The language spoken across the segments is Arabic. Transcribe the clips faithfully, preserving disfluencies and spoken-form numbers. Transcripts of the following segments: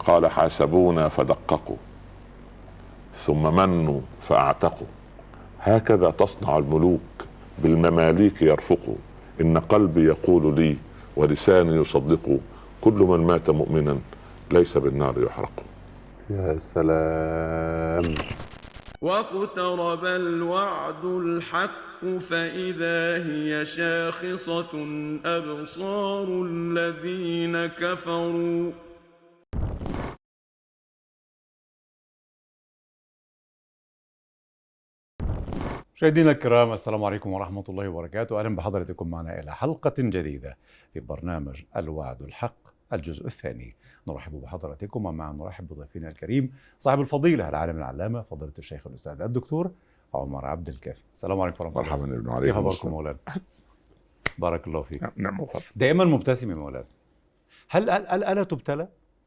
قال حاسبونا فدققوا ثم منوا فاعتقوا. هكذا تصنع الملوك بالمماليك يرفقوا. إن قلبي يقول لي ولساني يصدق كل من مات مؤمنا ليس بالنار يحرق. يا سلام. واقترب الوعد الحق فإذا هي شاخصة أبصار الذين كفروا. مشاهدينا الكرام، السلام عليكم ورحمة الله وبركاته. أهلا بحضرتكم معنا إلى حلقة جديدة في برنامج الوعد الحق الجزء الثاني. نرحب بحضرتكم ومع نرحب بضيفنا الكريم صاحب الفضيلة العالم العلامة فضيلة الشيخ الأستاذ الدكتور عمر عبد الكافي. السلام عليكم ورحمة الله. مرحبا ابن عليكم. كيف أخباركم مولانا؟ بارك الله فيك. نعم وفضل. دائما مبتسم يا مولانا. هل هل هل ألا تبتلى؟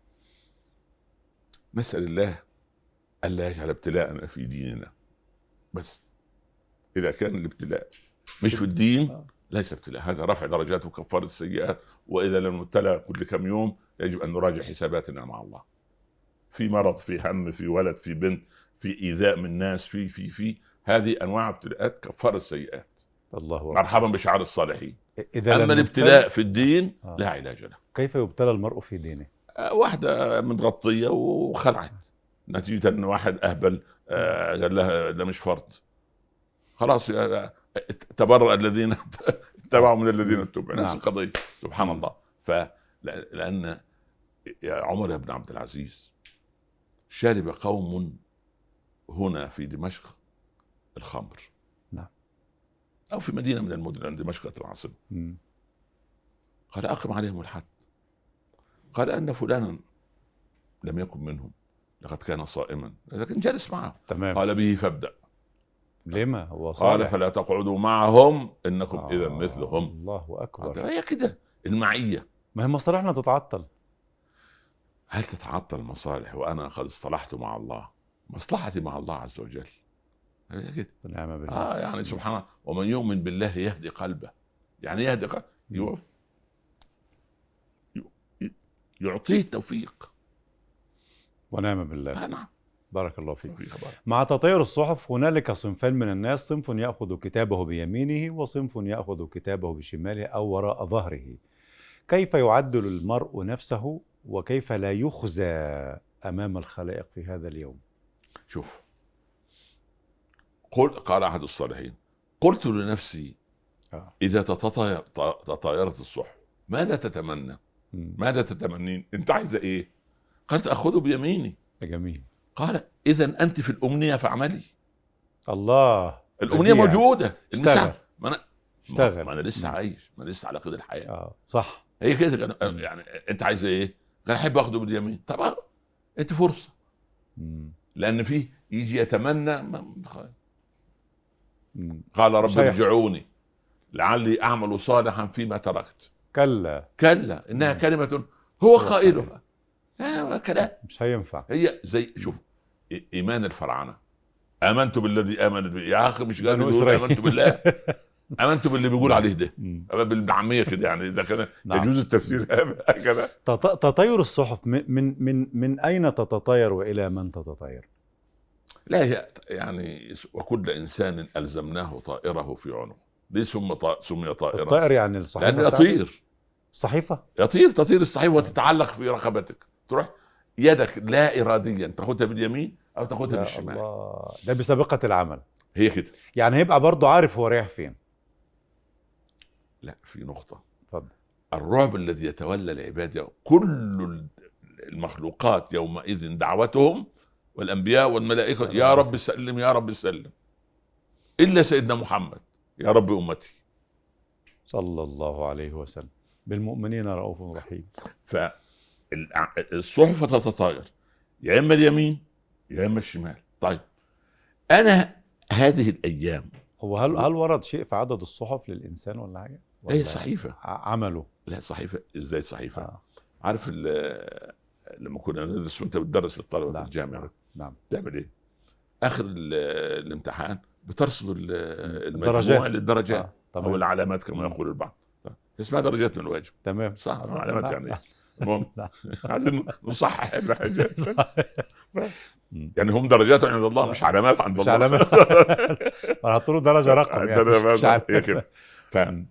نسأل الله ألا يجعل ابتلاءنا في ديننا، بس إذا كان الابتلاء مش في الدين ليس ابتلاء، هذا رفع درجات وكفارة السيئات. وإذا لم نبتلى كل كم يوم يجب أن نراجع حساباتنا مع الله، في مرض، في هم، في ولد، في بنت، في إيذاء من الناس، في في في هذه أنواع ابتلاءات كفارة السيئات. الله أكبر. مرحبا بشعار الصالحين. إذا أما الابتلاء في الدين آه. لا علاج له. كيف يبتلى المرء في دينه؟ آه واحدة متغطية وخلعت نتيجة أن واحد أهبل آه قال لها ده مش فرض، خلاص تبرأ الذين اتبعوا من الذين اتبعوا. نفس القضية. سبحان الله. فلأن يا عمر بن عبد العزيز شرب قوم هنا في دمشق الخمر، نعم، أو في مدينة من المدن عند دمشق العاصمة. قال أقم عليهم الحد. قال أن فلانا لم يكن منهم، لقد كان صائما لكن جالس معه. تمام. قال به فابدأ. لما هو صالح. قال فلا تقعدوا معهم إنكم آه إذا مثلهم. الله أكبر. هي كده المعية. ما هي مصالحنا تتعطل. هل تتعطل المصالح وأنا قد اصطلحت مع الله؟ مصلحتي مع الله عز وجل. هي كده. نعم بالله. آه يعني سبحان الله. ومن يؤمن بالله يهدي قلبه. يعني يهدي قلبه يوف يعطيه التوفيق. ونعم بالله. آه نعم. بارك الله فيك. مع تطاير الصحف هنالك صنفان من الناس، صنف يأخذ كتابه بيمينه وصنف يأخذ كتابه بشماله أو وراء ظهره. كيف يعدل المرء نفسه وكيف لا يخزى أمام الخلائق في هذا اليوم؟ شوف، قل قال أحد الصالحين: قلت لنفسي آه. إذا تتطاير تطايرت الصحف ماذا تتمنى؟ م. ماذا تتمنين؟ أنت عايزة إيه؟ قالت أخذه بيميني. جميل. قال إذن أنت في الأمنية فاعملي. الله. الأمنية موجودة. اشتغل. ما أنا اشتغل. ما أنا لسه عايش، ما أنا لسه على قيد الحياة. آه. صح. هي كده. يعني أنت عايزة إيه؟ قال أحب أخذه باليمين. طب أنت فرصة. م. لأن فيه يجي يتمنى ما... قال رب ارجعوني لعلي أعمل صالحا فيما تركت. كلا كلا إنها م. كلمة هو قائلها. آه كلام مش هينفع. هي زي شوف إيمان الفراعنة. آمنت بالذي آمنت به. يا أخي مش قادر يقول آمنت بالله. آمنت باللي بيقول عليه ده بالعامية كده. يعني إذا كان يجوز التفسير هذا. تطاير الصحف من من من أين تتطاير وإلى من تتطاير؟ لا هي يعني وكل إنسان ألزمناه طائره في عنقه. ليه سمي سمي طائرا؟ الطائر يعني الصحيفة. لأنه يطير. صحيفة يطير تطير الصحيفة وتتعلق في رقبتك، تروح يدك لا إراديا تاخدها باليمين أو تاخدها بالشمال. الله. ده بسابقة العمل. هي كده. يعني هيبقى برضو عارف هو رايح فين. لا في نقطة. فضل. الرعب الذي يتولى العباد، كل المخلوقات يومئذ دعوتهم والأنبياء والملائكة يا رب سلم يا رب سلم، إلا سيدنا محمد يا رب أمتي صلى الله عليه وسلم بالمؤمنين رؤوف رحيم. فالصحف تتطاير يا إما اليمين يا إما الشمال. طيب أنا هذه الأيام هو هل هل ورد شيء في عدد الصحف للإنسان ولا حاجة؟ هي صحيفة عمله. لا صحيفة إزاي صحيفة؟ آه. عارف لما كنا ندرس وأنت بتدرس للطلبة في الجامعة، نعم، تعمل إيه؟ آخر الامتحان بترصد المجموع للدرجات آه. أو العلامات كما يقول البعض. اسمها درجات من الواجب. تمام. صح. العلامات يعني المهم نعم. عايزين نصحح الحاجات. يعني هم درجات عند الله مش علامات عند مش الله. علامات. حطوا له درجه رقم يعني مش هي علامة. كده. ف ال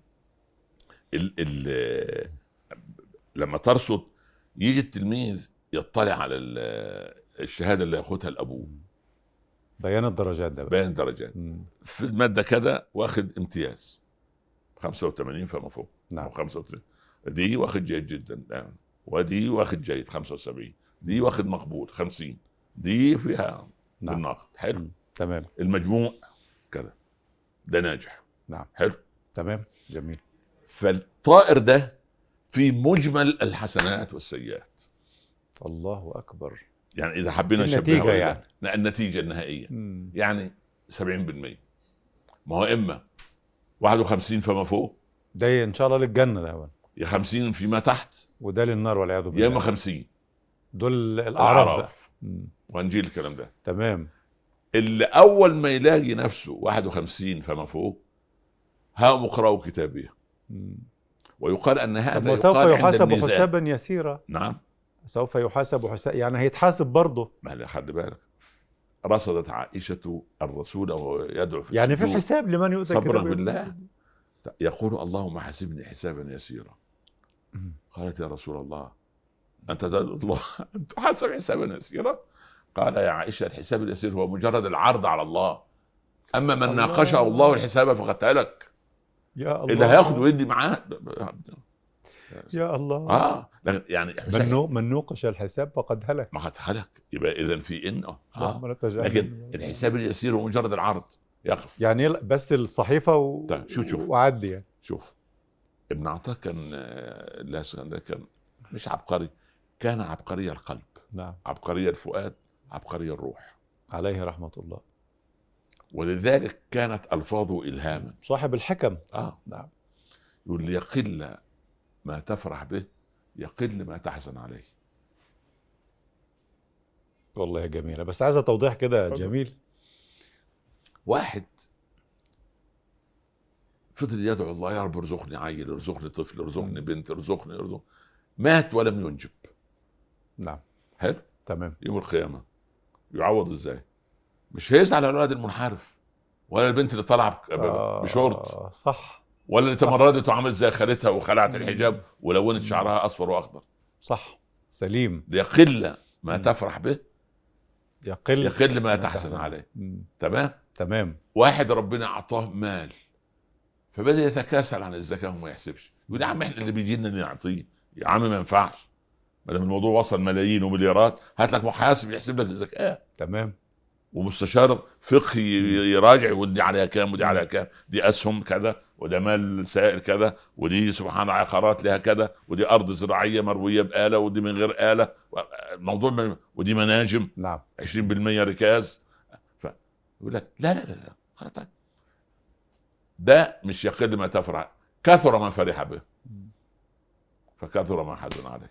ال لما ترصد يجي التلميذ يطلع على الشهاده اللي ياخدها لابوه، بيان الدرجات ده بقى. بيان درجات. مم. في الماده كذا واخد امتياز خمسة وثمانين فما فوق، نعم. او خمسة وتسعين، دي واخد جيد جدا يعني. ودي واخد جيد خمسة وسبعين، دي واخد مقبول خمسين، دي فيها نعم. بالناقد. حلو. مم. تمام. المجموع كذا، ده ناجح. نعم. حلو. تمام. جميل. فالطائر ده في مجمل الحسنات والسيئات. الله اكبر. يعني اذا حبينا النتيجة نشبهها يعني. لا، النتيجه النهائيه مم. يعني سبعين بالمية. ما هو اما واحد وخمسين فما فوق، ده ان شاء الله للجنه ده، يا خمسين فيما تحت، وده للنار والعياذ يا بالله. اما خمسين دول الاعراف بقى. الاعراف. مم. وهنجيل الكلام ده. تمام. اللي اول ما يلاقي نفسه واحد وخمسين فما فوق، هاؤم اقرأوا كتابيه. مم. ويقال ان هذا وسوف يقال عند يحاسب الميزان. حسابا يسيرا. نعم. سوف يحاسب حساب، يعني هيتحاسب برضه. ما خلي بالك، رصدت عائشة الرسول وهو يدعو في يعني في السجود حساب لمن يؤتى صبرا كتابه. بالله، يقول اللهم حاسبني حسابا يسيرا. مم. قالت يا رسول الله أنت تدعو الله أن تحاسب حسابا يسيرا؟ قال يا عائشة الحساب اليسير هو مجرد العرض على الله، أما من الله. ناقشه الله الحساب فقد هلك. يا الله. اللي هياخد ويدي معاه يا الله. اه يعني من نو- من نوقش الحساب فقد هلك. ما قد هلك. يبقى إذا في إن آه. اللهم نتجاهل. لكن الحساب اليسير هو مجرد العرض، يقف. يعني بس الصحيفه و... طيب شوف شوف وعدي يعني. شوف ابن عطاء كان الله ده كان مش عبقري، كان عبقري القلب، نعم. عبقري الفؤاد، عبقري الروح، عليه رحمه الله. ولذلك كانت الفاظه الهاما. صاحب الحكم. اه نعم. يقول لي يقل ما تفرح به، يقل ما تحزن عليه. والله جميله، بس عايزه توضيح كده جميل. واحد فضل يدعو الله يا رب ارزقني عيل، ارزقني طفل، ارزقني بنت، ارزقني ارزقني، مات ولم ينجب. نعم. حلو. تمام. يوم القيامه يعوض ازاي؟ مش هيزعل على الولد المنحرف، ولا البنت اللي طالعه آه بشورت، صح. ولا اللي تمردت وعملت زي خالتها وخلعت الحجاب ولونت شعرها اصفر واخضر. صح. سليم. يقل ما مم. تفرح به، يقل يقل ما تحزن عليه. مم. تمام. تمام. واحد ربنا اعطاه مال فبدا يتكاسل عن الزكاه وما يحسبش، يقول يا عم احنا اللي بيجي لنا نعطيه، يا عم ما ينفعش، ما دام الموضوع وصل ملايين ومليارات هات لك محاسب يحسب لك الزكاه، تمام. ومستشار فقهي يراجع ودي عليها كام ودي عليها كام، دي اسهم كذا وده مال سائل كذا، ودي سبحان الله عقارات لها كذا، ودي ارض زراعيه مرويه بآلة ودي من غير آلة، الموضوع من ودي مناجم نعم. عشرين بالمية ركاز. فيقول لك لا لا لا لا خلاص، ده مش يقل ما تفرح، كثر ما فرح به فكثر ما حزن عليه.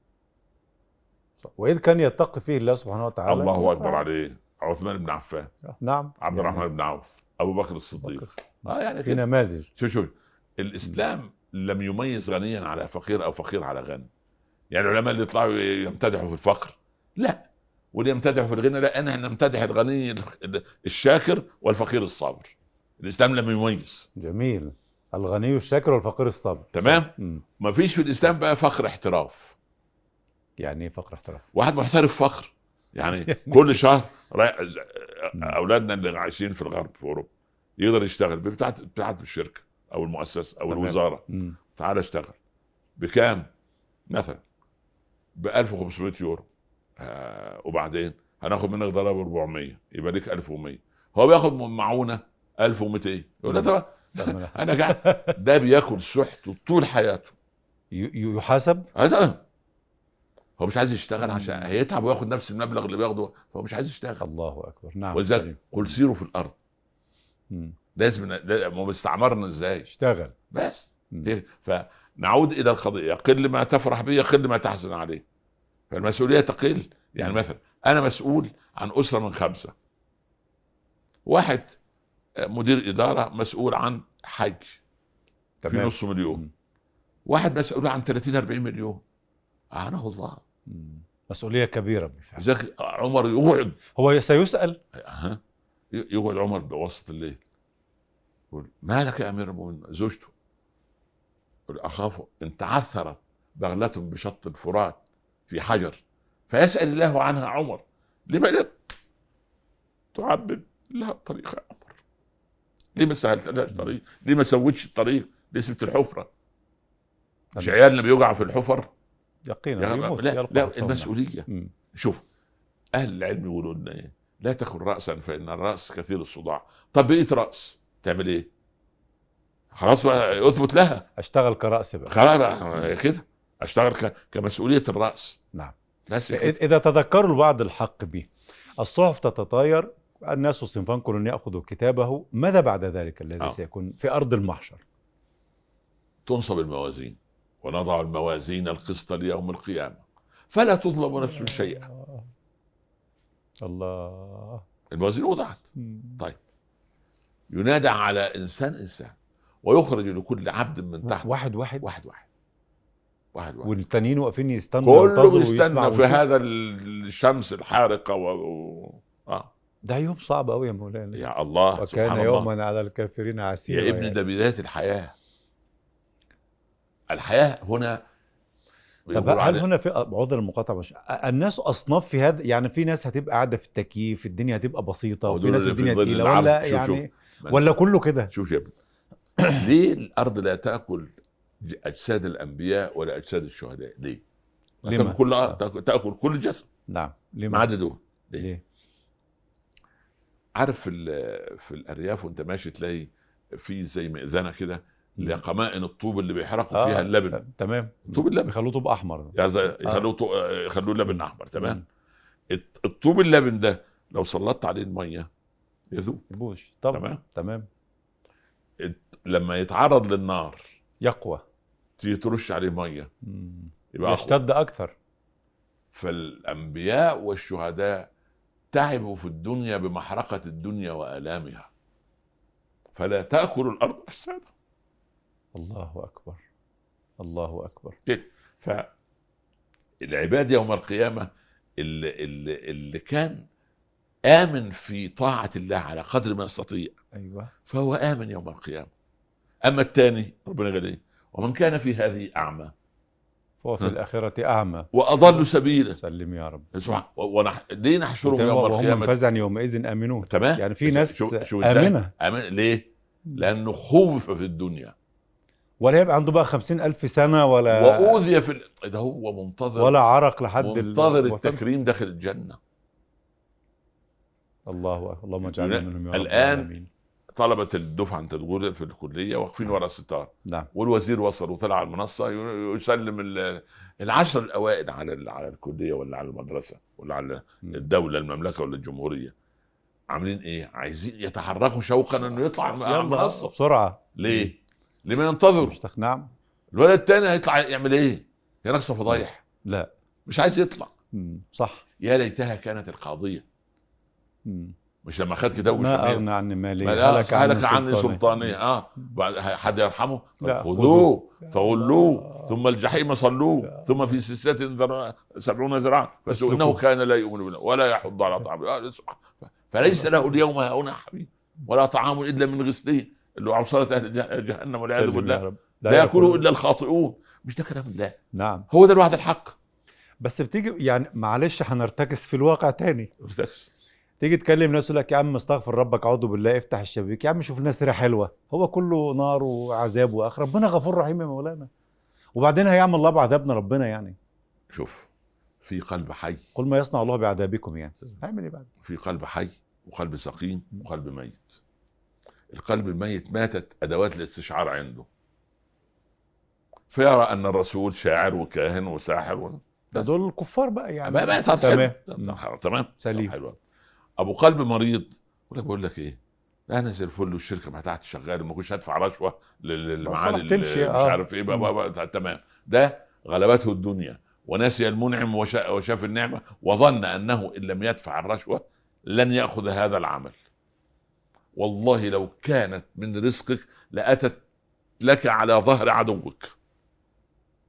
وإذ كان يتقي فيه الله سبحانه وتعالى. الله اكبر عليه. عثمان بن عفان، نعم. عبد الرحمن بن عوف، ابو بكر الصديق. اه يعني في نماذج. شوف شوف الاسلام لم يميز غنيا على فقير او فقير على غني. يعني العلماء اللي يطلعوا يمتدحوا في الفقر لا، واللي يمتدحوا في الغنى لا، انا نمتدح الغني الشاكر والفقير الصابر. الاسلام لم يميز. جميل. الغني الشاكر والفقير الصابر. تمام. ما فيش في الاسلام بقى فقر احتراف. يعني ايه فقر احتراف؟ واحد محترف فقر يعني كل شهر اولادنا اللي عايشين في الغرب في اوروبا يقدر يشتغل بتاعت بتاعت الشركه او المؤسسه او الوزاره، تعال اشتغل بكام مثلا؟ ب ألف وخمسمائة يورو. آه وبعدين هناخد منك ضرائب أربعمائة، يبقى ليك ألف ومائة. هو بياخد معونه ألف ومئتين، يقول له طب انا قاعد ده بياكل سحته طول حياته. يحاسب. هو مش عايز يشتغل عشان هيتعب وياخد نفس المبلغ اللي بياخده، فهو مش عايز يشتغل. الله اكبر. نعم. ولذلك قل سيروا في الارض. مم. لازم ما استعمرنا ازاي؟ اشتغل بس. فنعود الى القضيه، يقل ما تفرح به يقل ما تحزن عليه. فالمسؤوليه تقل. يعني مثلا انا مسؤول عن اسره من خمسه، واحد مدير اداره مسؤول عن حج في نص مليون، واحد مسؤول عن ثلاثين أربعين مليون، اعانه الله. مم. مسؤوليه كبيره بالفعل. لذلك عمر يقعد، هو سيسال. ها يقعد عمر بوسط الليل يقول ما لك يا امير المؤمنين؟ زوجته يقول اخاف ان تعثرت بغلة بشط الفرات في حجر فيسأل الله عنها عمر لما لم تعبد لها الطريق يا عمر؟ ليه ما سهلت لهاش طريق؟ ليه ما سويتش الطريق؟ ليه سبت الحفرة؟ مش عيالنا بيقعوا في الحفر؟ يقينا يموت. لا, يلقى لا حتمنا. المسؤولية. مم. شوف اهل العلم يقولوا لنا ايه؟ لا تكن رأسا فإن الرأس كثير الصداع. طب بقيت رأس تعمل ايه؟ خلاص بقى اثبت لها. اشتغل كرأس بقى. خلاص بقى كده اشتغل ك... كمسؤولية الرأس. نعم. بس كده. إذا تذكروا الوعد الحق به، الصحف تتطاير، الناس صنفان كل يأخذ كتابه، ماذا بعد ذلك الذي آه. سيكون في أرض المحشر؟ تنصب الموازين ونضع الموازين القسط ليوم القيامة فلا تظلم نفس شيئا. الله. الموازين وضعت. طيب ينادى على إنسان إنسان ويخرج لكل عبد من تحت واحد واحد واحد واحد واحد واحد والتانيين واقفين يستنوا كله يستنى في هذا الشمس الحارقة و... و... آه. ده يوم صعب قوي يا مولانا. يا الله وكان يوما على الكافرين عسيرا. يا ابني يعني. ده بداية الحياة. الحياة هنا. طب هل هنا في عذر المقاطعة مش... الناس أصناف في هذا، يعني في ناس هتبقى قاعدة في التكييف الدنيا هتبقى بسيطة وفي ناس الدنيا تقيلة ولا شوف يعني شوف. ولا كله كده؟ شوف يا ابني ليه الأرض لا تأكل أجساد الأنبياء ولا أجساد الشهداء؟ ليه؟ تأكل كل آه. تأكل كل جسد. نعم. ليه ما عدا دول؟ ليه؟ ليه؟ عارف في في الأرياف وأنت ماشي تلاقي في زي مئذنة كده لقمائن الطوب اللي بيحرقوا آه. فيها اللبن. تمام. طوب اللبن يخلوه طوب أحمر يعني يخلوه آه. يخلوه لبن أحمر. تمام. الطوب اللبن ده لو سلطت عليه المية يذوب يبوش. طبعا. تمام. تمام. لما يتعرض للنار يقوى، تيجي ترش عليه ميه يبقى يشتد اكثر. فالانبياء والشهداء تعبوا في الدنيا بمحرقه الدنيا والامها فلا تاكل الارض اجسادهم. الله اكبر الله اكبر. كده. فالعباد يوم القيامه اللي, اللي, اللي كان آمن في طاعة الله على قدر ما يستطيع أيوة. فهو آمن يوم القيامة. أما الثاني ربنا قال إيه؟ ومن كان في هذه أعمى فهو في الآخرة أعمى وأضل سبيلا. سلم يا رب. ونح... ليه نحشرهم يوم القيامة وهم فزعا يومئذ آمنون. تمام. يعني في ناس شو... شو آمنة. آمن ليه؟ لأنه خوف في الدنيا ولا يبقى عنده بقى خمسين ألف سنة ولا وأوذي في ال... ده هو منتظر ولا عرق لحد منتظر التكريم داخل الجنة. الله اللهم اجعلنا منهم يا رب. الآن طلبة الدفعة أنت تقول في الكلية واقفين وراء الستار. نعم. والوزير وصل وطلع على المنصة يسلم العشر الأوائل على على الكلية ولا على المدرسة ولا على الدولة المملكة ولا الجمهورية. عاملين إيه؟ عايزين يتحركوا شوقا إنه يطلع على المنصة بسرعة. ليه؟ لما ينتظروا. نعم. الولد الثاني هيطلع يعمل إيه؟ يا نقصة فضايح. لا مش عايز يطلع. صح. يا ليتها كانت القاضية. مم. مش لما خد كتاب ما أغنى عني مالي هلك عني, عني سلطاني. اه بعد حد يرحمه خذوه فغلوه ثم الجحيم صلوه ثم في سلسلة سبعون ذراعا فسوء انه كان لا يؤمن بالله ولا يحض على طعام آه فليس له اليوم هنا حبيب ولا طعام الا من غسلين اللي هو عصارة اهل جهنم والعياذ بالله لا ياكله الا الخاطئون. مش ده كلام الله؟ نعم. هو ده الوعد الحق. بس بتيجي يعني معلش هنرتكس في الواقع تاني. ارتكس. تيجي تكلم ناس يقول لك يا عم استغفر ربك اعوذ بالله افتح الشبابيك يا عم شوف لنا سيره حلوه. هو كله نار وعذاب واخر. ربنا غفور رحيم يا مولانا. وبعدين هيعمل الله بعذابنا ربنا يعني. شوف في قلب حي. قل ما يصنع الله بعذابكم يعني. هيعمل ايه بعد؟ في قلب حي وقلب سقيم وقلب ميت. القلب الميت ماتت ادوات الاستشعار عنده فيرى ان الرسول شاعر وكاهن وساحر و... دول الكفار بقى يعني. بقى بقى تمام تمام سليم. حلوة. ابو قلب مريض يقول لك بقول لك ايه انا زي الفل والشركه بتاعتي شغاله ما كنتش هدفع رشوه للمعالي مش آه. عارف ايه بقى, بقى, بقى تمام. ده غلبته الدنيا ونسي المنعم وشا وشاف النعمه وظن انه ان لم يدفع الرشوه لن ياخذ هذا العمل. والله لو كانت من رزقك لاتت لك على ظهر عدوك.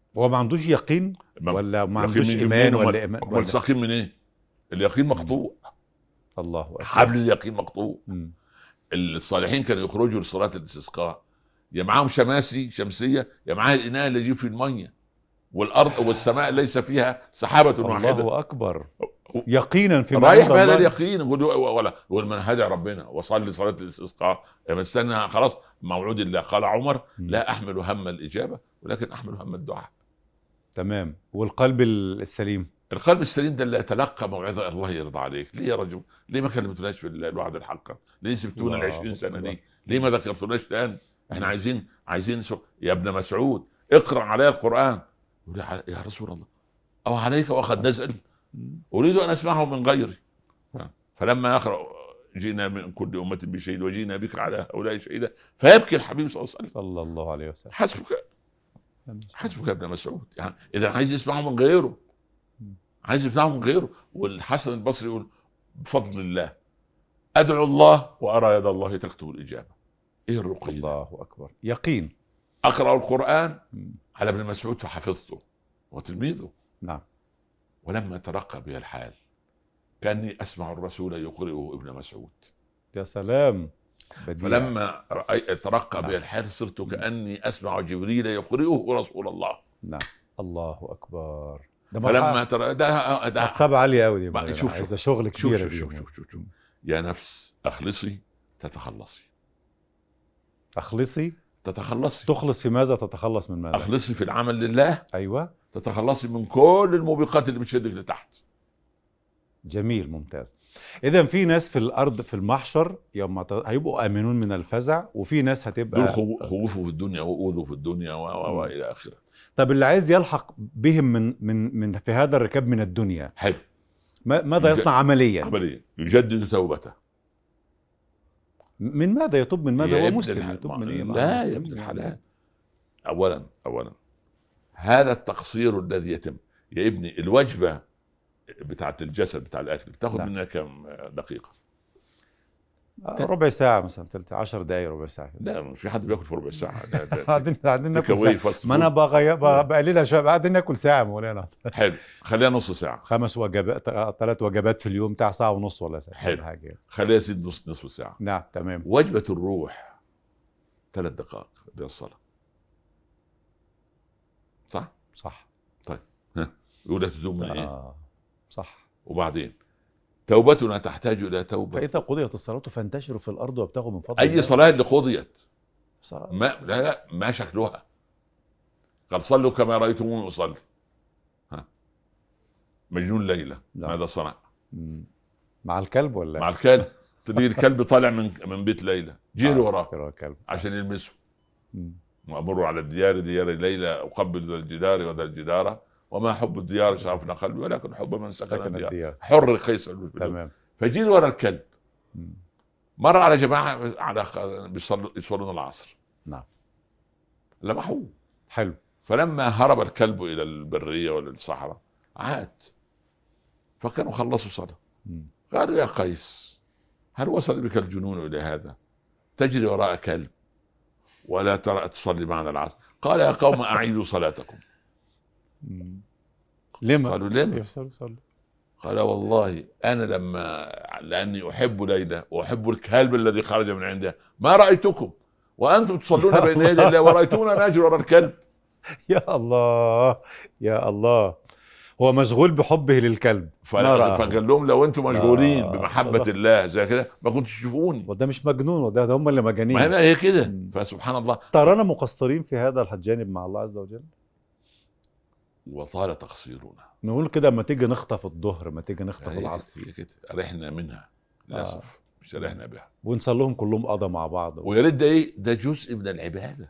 هو ما عندوش يقين ما- ولا ما يقين عندوش من ايمان يمين ولا ايمان امال ولا السقيم من ايه؟ اليقين مقطوع، الله أكبر. حبل اليقين مقطوع. مم. الصالحين كانوا يخرجوا لصلاه الاستسقاء، يا معاهم شماسي شمسيه، يا معاه الاناء اللي يجيب فيه الميه، والارض والسماء ليس فيها سحابه واحده. الله اكبر، يقينا في ما رايح عند بهذا الله. اليقين، يقول ولا يقول من هدى ربنا وصلي صلاه الاستسقاء، استنى خلاص موعود الله. قال عمر مم. لا احمل هم الاجابه ولكن احمل هم الدعاء. تمام. والقلب السليم؟ القلب السليم ده اللي يتلقى موعظه الله يرضى عليك. ليه يا رجل؟ ليه ما كلمتوناش في الوعد الحق؟ ليه سبتونا ال الله عشرين سنه أكبر. دي؟ ليه ما ذكرتوناش الان؟ احنا عايزين عايزين سو... يا ابن مسعود اقرا علي القران. يقول لي يا رسول الله او عليك وقد نزل، اريد ان اسمعه من غيري. فلما يقرا جينا من كل امه بشهيد وجينا بك على هؤلاء شهيدا، فيبكي الحبيب صلى الله عليه وسلم. صلى الله عليه وسلم. حسبك حسبك يا ابن مسعود. يعني اذا عايز يسمعه من غيره، عايز يسمعه من غيره. والحسن البصري يقول بفضل الله ادعو الله وارى يد الله تكتب الاجابه. ايه الرقي؟ الله اكبر، يقين. اقرا القران مم. على ابن مسعود فحفظته وتلميذه. نعم. ولما ترقى بي الحال كاني اسمع الرسول يقرئه ابن مسعود. يا سلام، بديع. فلما رأي- ترقى نعم. بي الحال صرت كاني اسمع جبريل يقرئه رسول الله. نعم. الله اكبر. ده فلما ترى ده ده مرتبة عالية قوي دي، بقى شوف- عايزة شغل شوف كبير. شوف شوف شوف, شوف, شوف. يا نفس اخلصي تتخلصي، اخلصي. تتخلصي تخلص في ماذا؟ تتخلص من ماذا؟ اخلصي في العمل لله، ايوه. تتخلصي من كل الموبقات اللي بتشدك لتحت. جميل، ممتاز. اذا في ناس في الارض في المحشر يوم ت- هيبقوا امنون من الفزع، وفي ناس هتبقى دول خو- خوفوا في الدنيا واوذوا في الدنيا و و و الى اخره. طب اللي عايز يلحق بهم من من من في هذا الركاب من الدنيا، حلو. ما- ماذا يج- يصنع عمليا؟ عمليا يجدد توبته. من ماذا يتوب؟ من ماذا؟ يا هو ابن مسلم، الح- يتوب ما- من ايه؟ ما لا هو يا مسلم ابن يعني. الحلال. اولا اولا هذا التقصير الذي يتم يا ابني. الوجبه بتاعت الجسد بتاع الاكل بتاخد نعم. منها كم دقيقه؟ آه، ربع ساعة مثلا، ثلث عشر دقايق، ربع ساعة كده. لا مش في حد بياكل في ربع ساعه. ده- ده- قاعدين قاعدين تيك ناكل أواي ساعة. فاست ما انا فود. بغي- ب- بقللها شوية، قاعدين ناكل ساعة مولانا. حلو، خليها نص ساعه. خمس وجبات، ثلاث وجبات في اليوم، بتاع ساعة ونص ولا ساعة. حلو. حاجة. خليها زيد نص نصف ساعه. نعم، تمام. وجبه الروح ثلاث دقائق للصلاه. صح؟ صح. يقول لك تتوب من ايه؟ آه. صح. وبعدين توبتنا تحتاج الى توبه. فإذا قضيت الصلاة فانتشروا في الأرض وابتغوا من فضل اي الله. صلاه اللي قضيت صلاة. ما لا لا ما شكلها. قال صلوا كما رايتموني اصلي. ها مجنون ليلى لا. ماذا صنع؟ مم. مع الكلب ولا؟ مع الكلب. تلاقي الكلب طالع من من بيت ليلى جيري وراه كده الكلب. عشان يلمسه. مم. وامر على الديار ديار ليلى اقبل ذا الجدار وذا الجدار وما حب الديار شغفنا قلبي ولكن حب من سكن سكن الديار. الديار. حر قيس. تمام. فجيري ورا الكلب. مم. مر على جماعه على بيصلوا يصلون العصر. نعم. لمحوه. حلو. فلما هرب الكلب الى البريه ولا الصحراء عاد، فكانوا خلصوا صلاه. مم. قالوا يا قيس هل وصل بك الجنون الى هذا؟ تجري وراء كلب ولا ترى تصلي معنا العصر؟ قال يا قوم اعيدوا صلاتكم. مم. لما؟ قالوا لما؟ يفصلوا صلوا. قال والله انا لما لاني احب ليلى واحب الكلب الذي خرج من عندها ما رايتكم وانتم تصلون بين يدي الله ورايتونا نجري وراء الكلب. يا الله، يا الله. هو مشغول بحبه للكلب. ما رآه. فقال لهم لو انتم مشغولين آه، بمحبه صدق. الله زي كده ما كنتش تشوفوني. وده مش مجنون، وده ده هم اللي مجانين. ما هنا هي كده. مم. فسبحان الله ترانا مقصرين في هذا الجانب مع الله عز وجل. وطال تقصيرنا. نقول كده ما تيجي نخطف الظهر، ما تيجي نخطف هي العصر، كده- هي كده رحنا منها للاسف. مش رحنا بها. ونصلهم كلهم قضى مع بعض. ويا ريت ده ايه؟ ده جزء من العباده.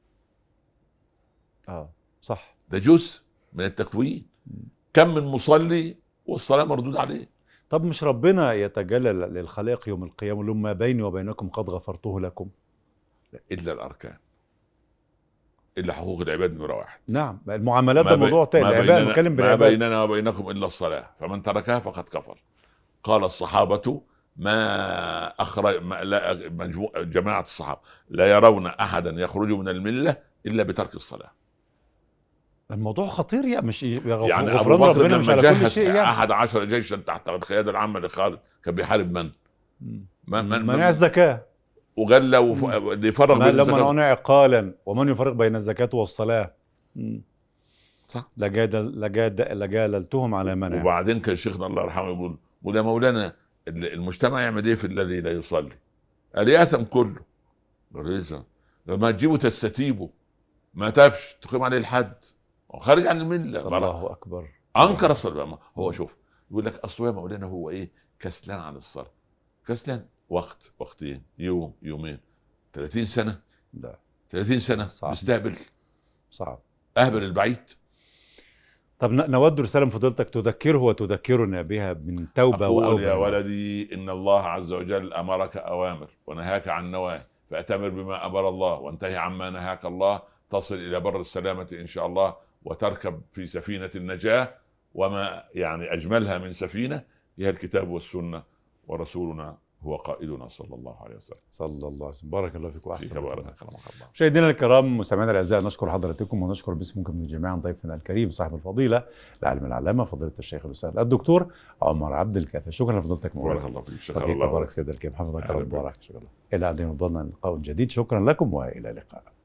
اه صح. ده جزء من التكوين. كم من مصلي والصلاه مردود عليه. طب مش ربنا يتجلى للخلائق يوم القيامة يقول لهم ما بيني وبينكم قد غفرته لكم؟ الا الاركان، الا حقوق العباد نمره واحد. نعم، المعاملات ده ما بي- موضوع تاني. ما العباد بيننا- بنتكلم ما بالعباد. بيننا وبينكم الا الصلاه فمن تركها فقد كفر. قال الصحابه ما اخرج ما لا مجموع جماعه الصحابه لا يرون احدا يخرج من المله الا بترك الصلاه. الموضوع خطير يا مش يا غف- يعني ابو غفران بكر ربنا مش لما على كل جهز شيء يعني. احد عشر جيشا تحت القياده العامه لخالد كان بيحارب من؟ مم. من من, منع الزكاة، وغلى وف... اللي يفرق ما بين لما الزكاه. منع عقالا ومن يفرق بين الزكاة والصلاة. مم. صح. لجادل لجاد لجادلتهم على منع. وبعدين كان شيخنا الله يرحمه يقول يقول يا مولانا المجتمع يعمل ايه في الذي لا يصلي؟ قال ياثم كله. قال ليه؟ لما تجيبه تستتيبه ما تابش تقيم عليه الحد وخارج عن المله. الله اكبر. انكر الصلاه. هو شوف يقول لك اصل يا مولانا هو ايه؟ كسلان عن الصلاه. كسلان وقت وقتين يوم يومين ثلاثين سنه. لا ثلاثين سنه صعب. مستقبل صعب. اهبل البعيد. طب ن- نود رسالة من فضيلتك تذكره وتذكرنا بها من توبة أقول وأوبة. يا ولدي إن الله عز وجل أمرك أوامر ونهاك عن نواهي، فأتمر بما أمر الله وانتهي عما نهاك الله، تصل إلى بر السلامة إن شاء الله وتركب في سفينة النجاة، وما يعني أجملها من سفينة هي الكتاب والسنة، ورسولنا هو قائدنا صلى الله عليه وسلم. صلى الله عليه وسلم. بارك الله فيكم فيك وأحسن بارك الله. الله. مشاهدينا الكرام مستمعينا الاعزاء، نشكر حضراتكم ونشكر باسمكم جميعا ضيفنا الكريم صاحب الفضيله العالم العلامه فضيله الشيخ الاستاذ الدكتور عمر عبد الكافي. شكرا لفضيلتك بارك مولانا. الله فيك. شكرا الله الله. بارك سيد الكريم حفظك أهلا الله بك. بارك. شكرا. الى ان يفضلنا لقاء جديد. شكرا لكم والى اللقاء.